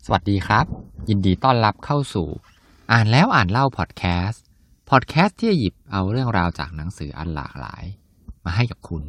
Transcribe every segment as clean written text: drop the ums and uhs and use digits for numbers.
สวัสดีครับยินดีต้อนรับเข้าสู่อ่านแล้วอ่านเล่าพอดแคสต์ที่หยิบเอาเรื่องราวจากหนังสืออันหลากหลายมาให้กับคุณ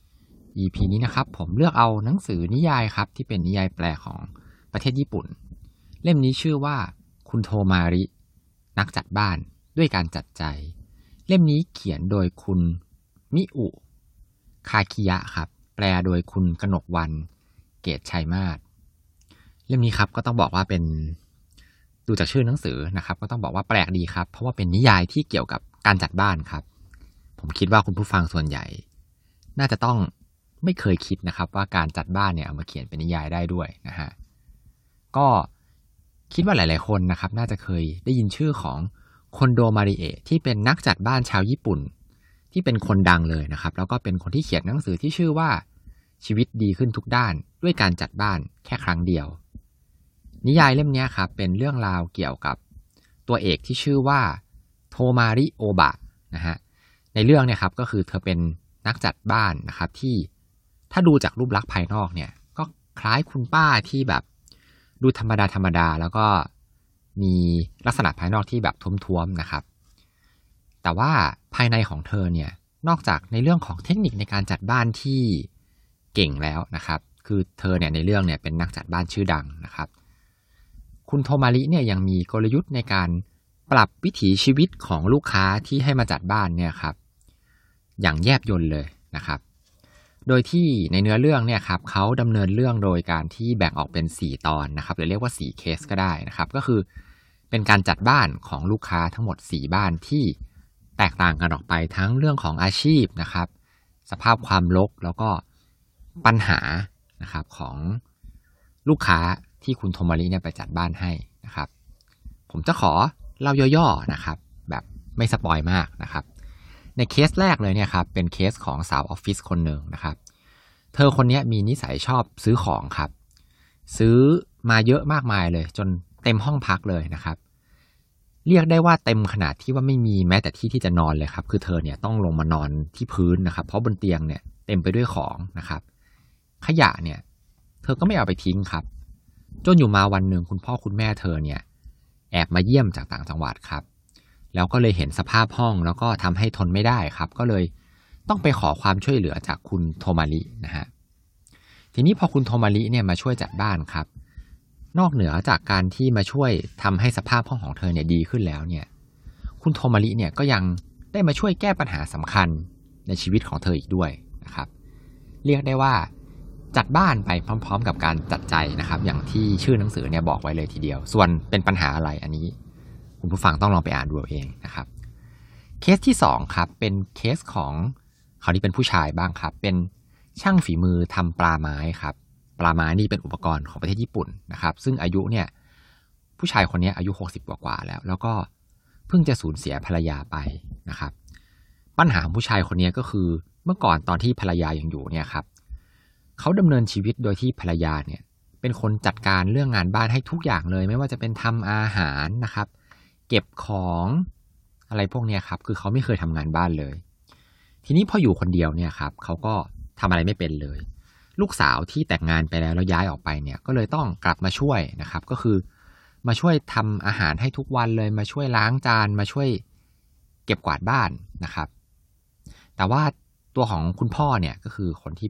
EP นี้นะครับผมเลือกเอาหนังสือนิยายครับที่เป็นนิยายแปลของประเทศญี่ปุ่นเล่มนี้ชื่อว่าคุณโทมารินักจัดบ้านด้วยการจัดใจเล่มนี้เขียนโดยคุณมิอุคาคิยะครับแปลโดยคุณกนกวรรณเกตชัยมาศเล่มนี้ครับก็ต้องบอกว่าเป็นดูจากชื่อหนังสือนะครับก็ต้องบอกว่าแปลกดีครับเพราะว่าเป็นนิยายที่เกี่ยวกับการจัดบ้านครับผมคิดว่าคุณผู้ฟังส่วนใหญ่น่าจะต้องไม่เคยคิดนะครับว่าการจัดบ้านเนี่ยเอามาเขียนเป็นนิยายได้ด้วยนะฮะก็คิดว่าหลายๆคนนะครับน่าจะเคยได้ยินชื่อของคอนโดมาริเอะที่เป็นนักจัดบ้านชาวญี่ปุ่นที่เป็นคนดังเลยนะครับแล้วก็เป็นคนที่เขียนหนังสือที่ชื่อว่าชีวิตดีขึ้นทุกด้านด้วยการจัดบ้านแค่ครั้งเดียวนิยายเล่มนี้ครับเป็นเรื่องราวเกี่ยวกับตัวเอกที่ชื่อว่าโทมาริโอบะนะฮะในเรื่องเนี่ยครับก็คือเธอเป็นนักจัดบ้านนะครับที่ถ้าดูจากรูปลักษณ์ภายนอกเนี่ยก็คล้ายคุณป้าที่แบบดูธรรมดาแล้วก็มีลักษณะภายนอกที่แบบท้วมๆนะครับแต่ว่าภายในของเธอเนี่ยนอกจากในเรื่องของเทคนิคในการจัดบ้านที่เก่งแล้วนะครับคือเธอเนี่ยในเรื่องเนี่ยเป็นนักจัดบ้านชื่อดังนะครับคุณโทมาริเนี่ยยังมีกลยุทธ์ในการปรับวิถีชีวิตของลูกค้าที่ให้มาจัดบ้านเนี่ยครับอย่างแยบยลเลยนะครับโดยที่ในเนื้อเรื่องเนี่ยครับเขาดำเนินเรื่องโดยการที่แบ่งออกเป็น4ตอนนะครับหรือเรียกว่า4เคสก็ได้นะครับก็คือเป็นการจัดบ้านของลูกค้าทั้งหมด4บ้านที่แตกต่างกันออกไปทั้งเรื่องของอาชีพนะครับสภาพความรกแล้วก็ปัญหานะครับของลูกค้าที่คุณโทมาริเนี่ยไปจัดบ้านให้นะครับผมจะขอเล่าย่อๆนะครับแบบไม่สปอยมากนะครับในเคสแรกเลยเนี่ยครับเป็นเคสของสาวออฟฟิศคนหนึ่งนะครับเธอคนนี้มีนิสัยชอบซื้อของครับซื้อมาเยอะมากมายเลยจนเต็มห้องพักเลยนะครับเรียกได้ว่าเต็มขนาดที่ว่าไม่มีแม้แต่ที่ที่จะนอนเลยครับคือเธอเนี่ยต้องลงมานอนที่พื้นนะครับเพราะบนเตียงเนี่ยเต็มไปด้วยของนะครับขยะเนี่ยเธอก็ไม่เอาไปทิ้งครับจนอยู่มาวันหนึ่งคุณพ่อคุณแม่เธอเนี่ยแอบมาเยี่ยมจากต่างจังหวัดครับแล้วก็เลยเห็นสภาพห้องแล้วก็ทำให้ทนไม่ได้ครับก็เลยต้องไปขอความช่วยเหลือจากคุณโทมารินะฮะทีนี้พอคุณโทมาริเนี่ยมาช่วยจัดบ้านครับนอกเหนือจากการที่มาช่วยทำให้สภาพห้องของเธอเนี่ยดีขึ้นแล้วเนี่ยคุณโทมาริเนี่ยก็ยังได้มาช่วยแก้ปัญหาสำคัญในชีวิตของเธออีกด้วยนะครับเรียกได้ว่าจัดบ้านไปพร้อมๆกับการจัดใจนะครับอย่างที่ชื่อหนังสือเนี่ยบอกไว้เลยทีเดียวส่วนเป็นปัญหาอะไรอันนี้คุณผู้ฟังต้องลองไปอ่านดูเองนะครับเคสที่2ครับเป็นเคสของคราวนี้เป็นผู้ชายบ้างครับเป็นช่างฝีมือทำปลาไม้ครับปลาไม้นี่เป็นอุปกรณ์ของประเทศญี่ปุ่นนะครับซึ่งอายุเนี่ยผู้ชายคนนี้อายุ60กว่าๆแล้วก็เพิ่งจะสูญเสียภรรยาไปนะครับปัญหาของผู้ชายคนนี้ก็คือเมื่อก่อนตอนที่ภรรยายังอยู่เนี่ยครับเขาดำเนินชีวิตโดยที่ภรรยาเนี่ยเป็นคนจัดการเรื่องงานบ้านให้ทุกอย่างเลยไม่ว่าจะเป็นทำอาหารนะครับเก็บของอะไรพวกนี้ครับคือเขาไม่เคยทำงานบ้านเลยทีนี้พออยู่คนเดียวเนี่ยครับเขาก็ทำอะไรไม่เป็นเลยลูกสาวที่แต่งงานไปแล้วย้ายออกไปเนี่ยก็เลยต้องกลับมาช่วยนะครับก็คือมาช่วยทำอาหารให้ทุกวันเลยมาช่วยล้างจานมาช่วยเก็บกวาดบ้านนะครับแต่ว่าตัวของคุณพ่อเนี่ยก็คือคนที่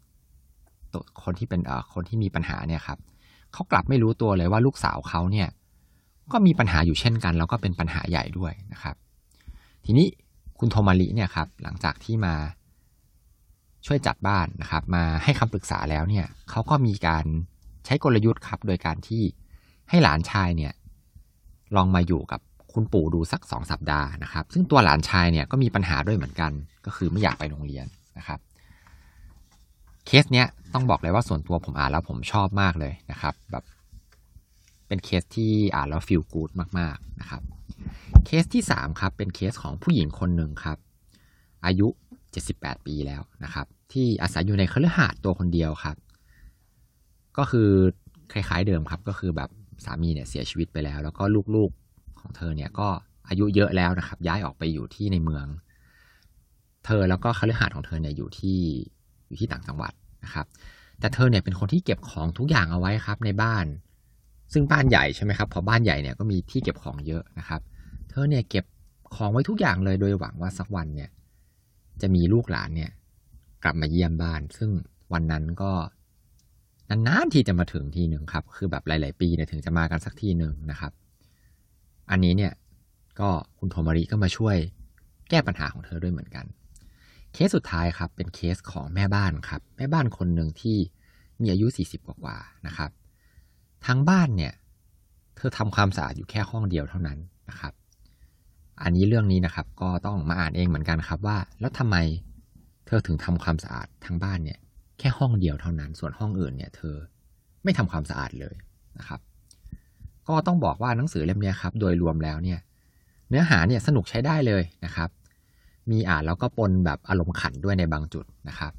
มีปัญหาเนี่ยครับเขากลับไม่รู้ตัวเลยว่าลูกสาวเขาเนี่ยก็มีปัญหาอยู่เช่นกันแล้วก็เป็นปัญหาใหญ่ด้วยนะครับทีนี้คุณโทมาริเนี่ยครับหลังจากที่มาช่วยจัดบ้านนะครับมาให้คำปรึกษาแล้วเนี่ยเขาก็มีการใช้กลยุทธ์ครับโดยการที่ให้หลานชายเนี่ยลองมาอยู่กับคุณปู่ดูสัก2 สัปดาห์นะครับซึ่งตัวหลานชายเนี่ยก็มีปัญหาด้วยเหมือนกันก็คือไม่อยากไปโรงเรียนนะครับเคสเนี้ยต้องบอกเลยว่าส่วนตัวผมอ่านแล้วผมชอบมากเลยนะครับแบบเป็นเคสที่อ่านแล้วฟีลกู๊ดมากๆนะครับเคสที่3ครับเป็นเคสของผู้หญิงคนหนึ่งครับอายุ78ปีแล้วนะครับที่อาศัยอยู่ในคฤหาสน์ตัวคนเดียวครับก็คือคล้ายๆเดิมครับก็คือแบบสามีเนี่ยเสียชีวิตไปแล้วแล้วก็ลูกๆของเธอเนี่ยก็อายุเยอะแล้วนะครับย้ายออกไปอยู่ที่ในเมืองเธอแล้วก็คฤหาสน์ของเธอเนี่ยอยู่ที่ต่างจังหวัดนะครับแต่เธอเนี่ยเป็นคนที่เก็บของทุกอย่างเอาไว้ครับในบ้านซึ่งบ้านใหญ่ใช่ไหมครับพอบ้านใหญ่เนี่ยก็มีที่เก็บของเยอะนะครับเธอเนี่ยเก็บของไว้ทุกอย่างเลยโดยหวังว่าสักวันเนี่ยจะมีลูกหลานเนี่ยกลับมาเยี่ยมบ้านซึ่งวันนั้นก็นานๆทีจะมาถึงทีหนึ่งครับคือแบบหลายๆปีเนี่ยถึงจะมากันสักทีหนึ่งนะครับอันนี้เนี่ยก็คุณโทมาริก็มาช่วยแก้ปัญหาของเธอด้วยเหมือนกันเคสสุดท้ายครับเป็นเคสของแม่บ้านครับแม่บ้านคนหนึ่งที่มีอายุ40กว่าๆนะครับทั้งบ้านเนี่ยเธอทำความสะอาดอยู่แค่ห้องเดียวเท่านั้นนะครับอันนี้เรื่องนี้นะครับก็ต้องมาอ่านเองเหมือนกันครับว่าแล้วทำไมเธอถึงทำความสะอาดทั้งบ้านเนี่ยแค่ห้องเดียวเท่านั้นส่วนห้องอื่นเนี่ยเธอไม่ทำความสะอาดเลยนะครับก็ต้องบอกว่าหนังสือเล่มนี้ครับโดยรวมแล้วเนี่ยเนื้อหาเนี่ยสนุกใช้ได้เลยนะครับมีอ่านแล้วก็ปนแบบอารมณ์ขันด้วยในบางจุดนะครับ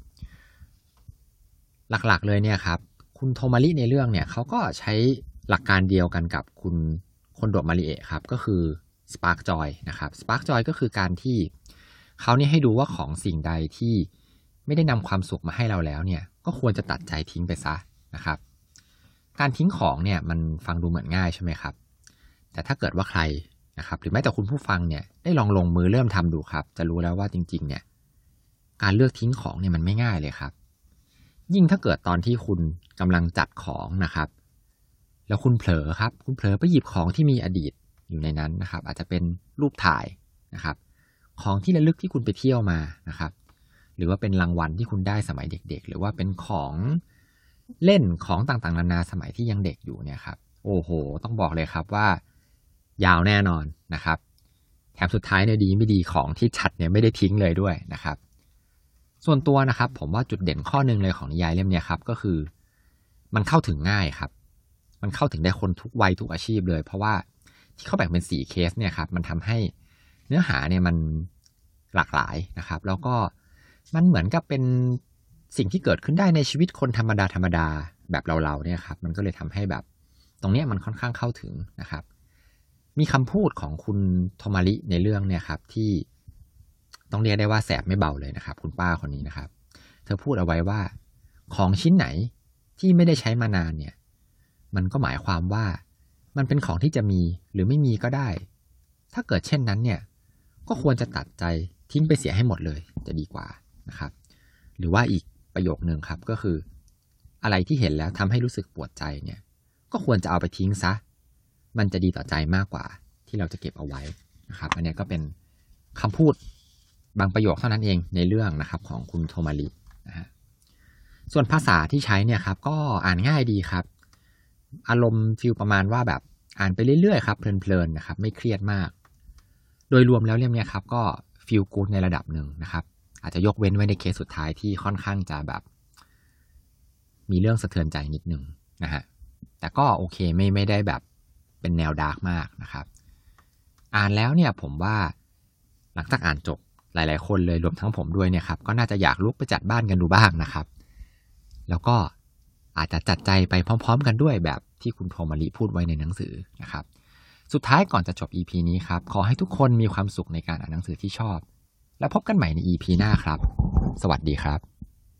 หลักๆเลยเนี่ยครับคุณโทมาริในเรื่องเนี่ยเขาก็ใช้หลักการเดียวกันกับคุณคนโดมาริเอะครับก็คือ Spark Joy นะครับ Spark Joy ก็คือการที่เขาเนี่ยให้ดูว่าของสิ่งใดที่ไม่ได้นำความสุขมาให้เราแล้วเนี่ยก็ควรจะตัดใจทิ้งไปซะนะครับการทิ้งของเนี่ยมันฟังดูเหมือนง่ายใช่ไหมครับแต่ถ้าเกิดว่าใครนะครับหรือแม้แต่คุณผู้ฟังเนี่ยได้ลองลงมือเริ่มทำดูครับจะรู้แล้วว่าจริงๆเนี่ยการเลือกทิ้งของเนี่ยมันไม่ง่ายเลยครับยิ่งถ้าเกิดตอนที่คุณกำลังจัดของนะครับแล้วคุณเผลอครับคุณเผลอไปหยิบของที่มีอดีตอยู่ในนั้นนะครับอาจจะเป็นรูปถ่ายนะครับของที่ระลึกที่คุณไปเที่ยวมานะครับหรือว่าเป็นรางวัลที่คุณได้สมัยเด็กๆหรือว่าเป็นของเล่นของต่างๆนานาสมัยที่ยังเด็กอยู่เนี่ยครับโอ้โหต้องบอกเลยครับว่ายาวแน่นอนนะครับแถมสุดท้ายเนี่ยดีไม่ดีของที่จัดเนี่ยไม่ได้ทิ้งเลยด้วยนะครับส่วนตัวนะครับผมว่าจุดเด่นข้อหนึ่งเลยของนิยายเล่มนี้ครับก็คือมันเข้าถึงง่ายครับมันเข้าถึงได้คนทุกวัยทุกอาชีพเลยเพราะว่าที่เขาแบ่งเป็น4เคสเนี่ยครับมันทำให้เนื้อหาเนี่ยมันหลากหลายนะครับแล้วก็มันเหมือนกับเป็นสิ่งที่เกิดขึ้นได้ในชีวิตคนธรรมดาแบบเราเนี่ยครับมันก็เลยทำให้แบบตรงนี้มันค่อนข้างเข้าถึงนะครับมีคำพูดของคุณโทมาริในเรื่องเนี่ยครับที่ต้องเรียกได้ว่าแสบไม่เบาเลยนะครับคุณป้าคนนี้นะครับเธอพูดเอาไว้ว่าของชิ้นไหนที่ไม่ได้ใช้มานานเนี่ยมันก็หมายความว่ามันเป็นของที่จะมีหรือไม่มีก็ได้ถ้าเกิดเช่นนั้นเนี่ยก็ควรจะตัดใจทิ้งไปเสียให้หมดเลยจะดีกว่านะครับหรือว่าอีกประโยคนึงครับก็คืออะไรที่เห็นแล้วทำให้รู้สึกปวดใจเนี่ยก็ควรจะเอาไปทิ้งซะมันจะดีต่อใจมากกว่าที่เราจะเก็บเอาไว้นะครับอันนี้ก็เป็นคำพูดบางประโยคเท่านั้นเองในเรื่องนะครับของคุณโทมารินะฮะส่วนภาษาที่ใช้เนี่ยครับก็อ่านง่ายดีครับอารมณ์ฟีลประมาณว่าแบบอ่านไปเรื่อยๆครับเพลินๆนะครับไม่เครียดมากโดยรวมแล้วเล่มนี้ครับก็ฟีลกู๊ดในระดับหนึ่งนะครับอาจจะยกเว้นไว้ในเคสสุดท้ายที่ค่อนข้างจะแบบมีเรื่องสะเทือนใจนิดนึงนะฮะแต่ก็โอเคไม่ได้แบบเป็นแนวดาร์กมากนะครับอ่านแล้วเนี่ยผมว่าหลังจากอ่านจบหลายๆคนเลยรวมทั้งผมด้วยเนี่ยครับก็น่าจะอยากลุกไปจัดบ้านกันดูบ้างนะครับแล้วก็อาจจะจัดใจไปพร้อมๆกันด้วยแบบที่คุณโทมาริพูดไว้ในหนังสือนะครับสุดท้ายก่อนจะจบ EP นี้ครับขอให้ทุกคนมีความสุขในการอ่านหนังสือที่ชอบแล้วพบกันใหม่ใน EP หน้าครับสวัสดีครับ